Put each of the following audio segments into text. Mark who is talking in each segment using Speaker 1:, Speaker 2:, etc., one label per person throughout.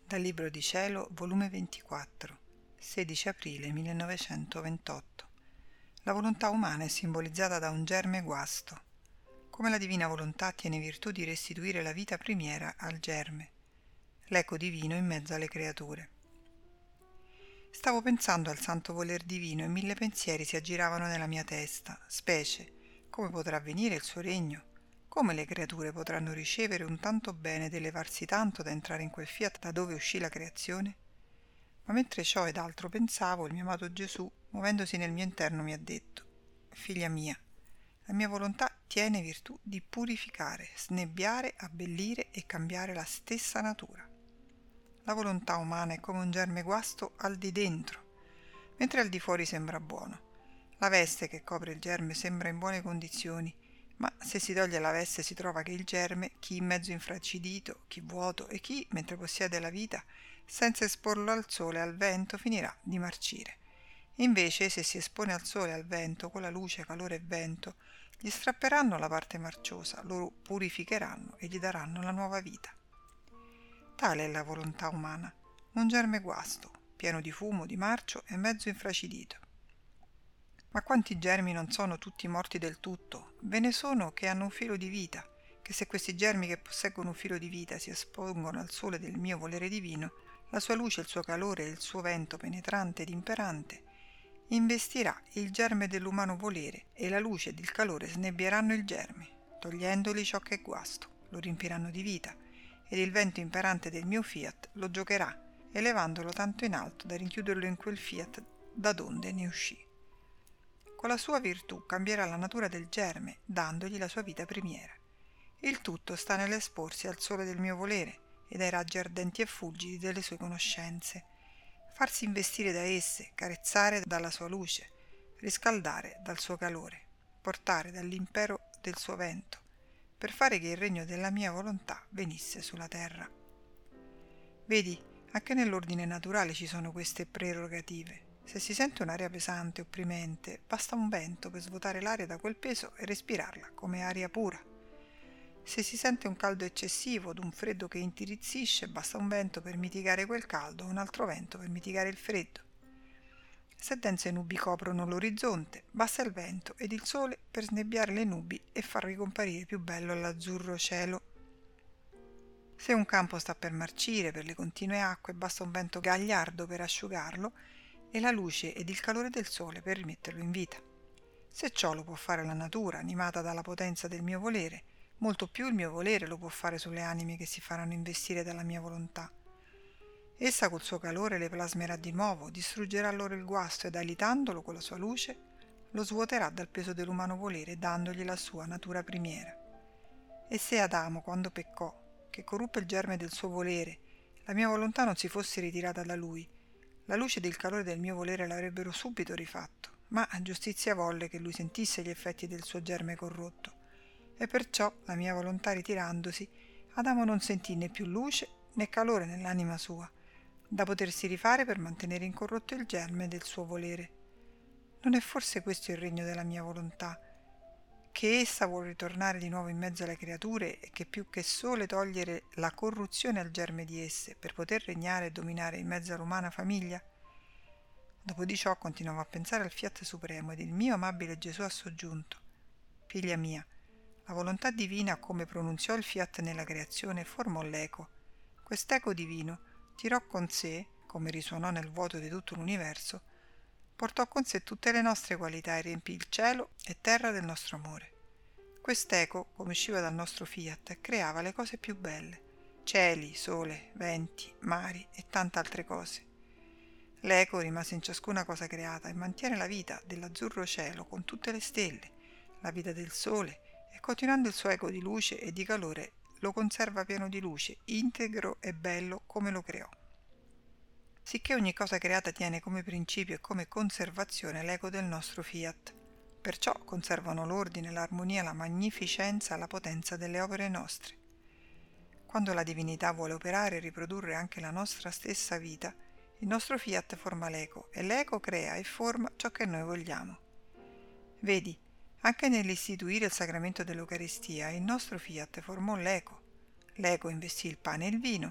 Speaker 1: Dal Libro di Cielo, volume 24, 16 aprile 1928. La volontà umana è simbolizzata da un germe guasto. Come la divina volontà tiene virtù di restituire la vita primiera al germe, l'eco divino in mezzo alle creature. Stavo pensando al santo voler divino e 1000 pensieri si aggiravano nella mia testa, specie come potrà venire il suo regno, come le creature potranno ricevere un tanto bene ed elevarsi tanto da entrare in quel fiat da dove uscì la creazione? Ma mentre ciò ed altro pensavo, il mio amato Gesù, muovendosi nel mio interno, mi ha detto: «Figlia mia, la mia volontà tiene virtù di purificare, snebbiare, abbellire e cambiare la stessa natura. La volontà umana è come un germe guasto al di dentro, mentre al di fuori sembra buono. La veste che copre il germe sembra in buone condizioni, ma se si toglie la veste si trova che il germe, chi in mezzo infracidito, chi vuoto e chi, mentre possiede la vita, senza esporlo al sole e al vento, finirà di marcire. Invece, se si espone al sole e al vento, con la luce, calore e vento, gli strapperanno la parte marciosa, lo purificheranno e gli daranno la nuova vita. Tale è la volontà umana, un germe guasto, pieno di fumo, di marcio e mezzo infracidito. Ma quanti germi non sono tutti morti del tutto? Ve ne sono che hanno un filo di vita, che se questi germi che posseggono un filo di vita si espongono al sole del mio volere divino, la sua luce, il suo calore e il suo vento penetrante ed imperante investirà il germe dell'umano volere e la luce ed il calore snebbieranno il germe, togliendogli ciò che è guasto, lo riempiranno di vita, ed il vento imperante del mio fiat lo giocherà, elevandolo tanto in alto da rinchiuderlo in quel fiat da donde ne uscì. Con la sua virtù cambierà la natura del germe, dandogli la sua vita primiera. Il tutto sta nell'esporsi al sole del mio volere ed ai raggi ardenti e fulgidi delle sue conoscenze, farsi investire da esse, carezzare dalla sua luce, riscaldare dal suo calore, portare dall'impero del suo vento, per fare che il regno della mia volontà venisse sulla terra. Vedi, anche nell'ordine naturale ci sono queste prerogative. Se si sente un'aria pesante, opprimente, basta un vento per svuotare l'aria da quel peso e respirarla come aria pura. Se si sente un caldo eccessivo o un freddo che intirizzisce, basta un vento per mitigare quel caldo o un altro vento per mitigare il freddo. Se dense nubi coprono l'orizzonte, basta il vento ed il sole per snebbiare le nubi e far ricomparire più bello l'azzurro cielo. Se un campo sta per marcire per le continue acque, basta un vento gagliardo per asciugarlo e la luce ed il calore del sole per rimetterlo in vita. Se ciò lo può fare la natura, animata dalla potenza del mio volere, molto più il mio volere lo può fare sulle anime che si faranno investire dalla mia volontà. Essa col suo calore le plasmerà di nuovo, distruggerà loro il guasto ed alitandolo con la sua luce lo svuoterà dal peso dell'umano volere, dandogli la sua natura primiera. E se Adamo, quando peccò, che corruppe il germe del suo volere, la mia volontà non si fosse ritirata da lui, la luce ed il calore del mio volere l'avrebbero subito rifatto, ma giustizia volle che lui sentisse gli effetti del suo germe corrotto, e perciò, la mia volontà ritirandosi, Adamo non sentì né più luce né calore nell'anima sua, da potersi rifare per mantenere incorrotto il germe del suo volere. Non è forse questo il regno della mia volontà, che essa vuol ritornare di nuovo in mezzo alle creature e che più che sole togliere la corruzione al germe di esse per poter regnare e dominare in mezzo all'umana famiglia? Dopo di ciò continuavo a pensare al fiat supremo ed il mio amabile Gesù ha soggiunto: «Figlia mia, la volontà divina, come pronunziò il fiat nella creazione, formò l'eco. Quest'eco divino tirò con sé, come risuonò nel vuoto di tutto l'universo, portò con sé tutte le nostre qualità e riempì il cielo e terra del nostro amore. Quest'eco, come usciva dal nostro fiat, creava le cose più belle, cieli, sole, venti, mari e tante altre cose. L'eco rimase in ciascuna cosa creata e mantiene la vita dell'azzurro cielo con tutte le stelle, la vita del sole, e continuando il suo eco di luce e di calore lo conserva pieno di luce, integro e bello come lo creò. Sicché ogni cosa creata tiene come principio e come conservazione l'eco del nostro fiat. Perciò conservano l'ordine, l'armonia, la magnificenza e la potenza delle opere nostre. Quando la divinità vuole operare e riprodurre anche la nostra stessa vita, il nostro fiat forma l'eco e l'eco crea e forma ciò che noi vogliamo. Vedi, anche nell'istituire il sacramento dell'Eucaristia, il nostro fiat formò l'eco. L'eco investì il pane e il vino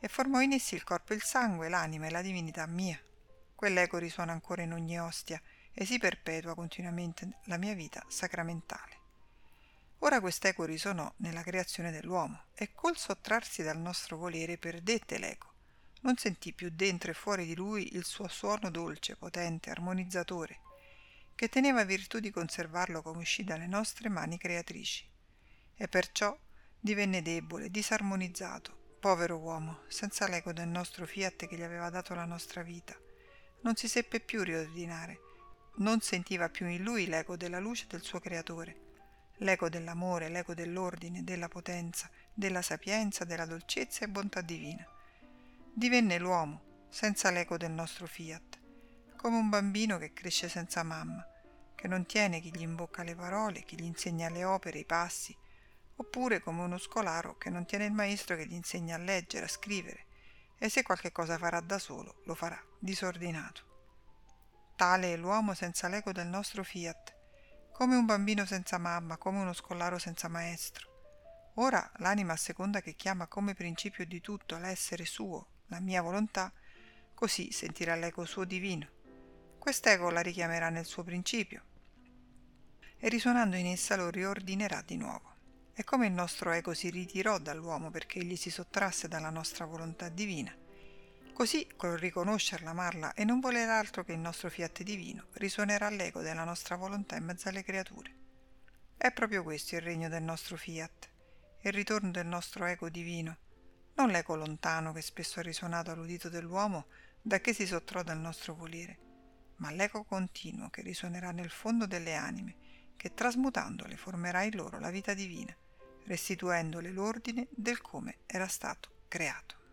Speaker 1: e formò in essi il corpo e il sangue, l'anima e la divinità mia. Quell'eco risuona ancora in ogni ostia e si perpetua continuamente la mia vita sacramentale. Ora quest'eco risonò nella creazione dell'uomo e col sottrarsi dal nostro volere perdette l'eco. Non sentì più dentro e fuori di lui il suo suono dolce, potente, armonizzatore, che teneva virtù di conservarlo come uscì dalle nostre mani creatrici. E perciò divenne debole, disarmonizzato, povero uomo, senza l'eco del nostro fiat che gli aveva dato la nostra vita. Non si seppe più riordinare, non sentiva più in lui l'eco della luce del suo creatore, l'eco dell'amore, l'eco dell'ordine, della potenza, della sapienza, della dolcezza e bontà divina. Divenne l'uomo, senza l'eco del nostro fiat, come un bambino che cresce senza mamma, che non tiene chi gli imbocca le parole, chi gli insegna le opere, i passi, oppure come uno scolaro che non tiene il maestro che gli insegna a leggere, a scrivere, e se qualche cosa farà da solo, lo farà disordinato. Tale è l'uomo senza l'eco del nostro fiat, come un bambino senza mamma, come uno scolaro senza maestro. Ora l'anima a seconda che chiama come principio di tutto l'essere suo, la mia volontà, così sentirà l'eco suo divino. Quest'eco la richiamerà nel suo principio e risuonando in essa lo riordinerà di nuovo. E come il nostro eco si ritirò dall'uomo perché egli si sottrasse dalla nostra volontà divina, così col riconoscerla, amarla e non voler altro che il nostro fiat divino, risuonerà l'eco della nostra volontà in mezzo alle creature. È proprio questo il regno del nostro fiat, il ritorno del nostro eco divino, non l'eco lontano che spesso ha risuonato all'udito dell'uomo da che si sottrò dal nostro volere, ma l'eco continuo che risuonerà nel fondo delle anime, che trasmutandole formerà in loro la vita divina, restituendole l'ordine del come era stato creato.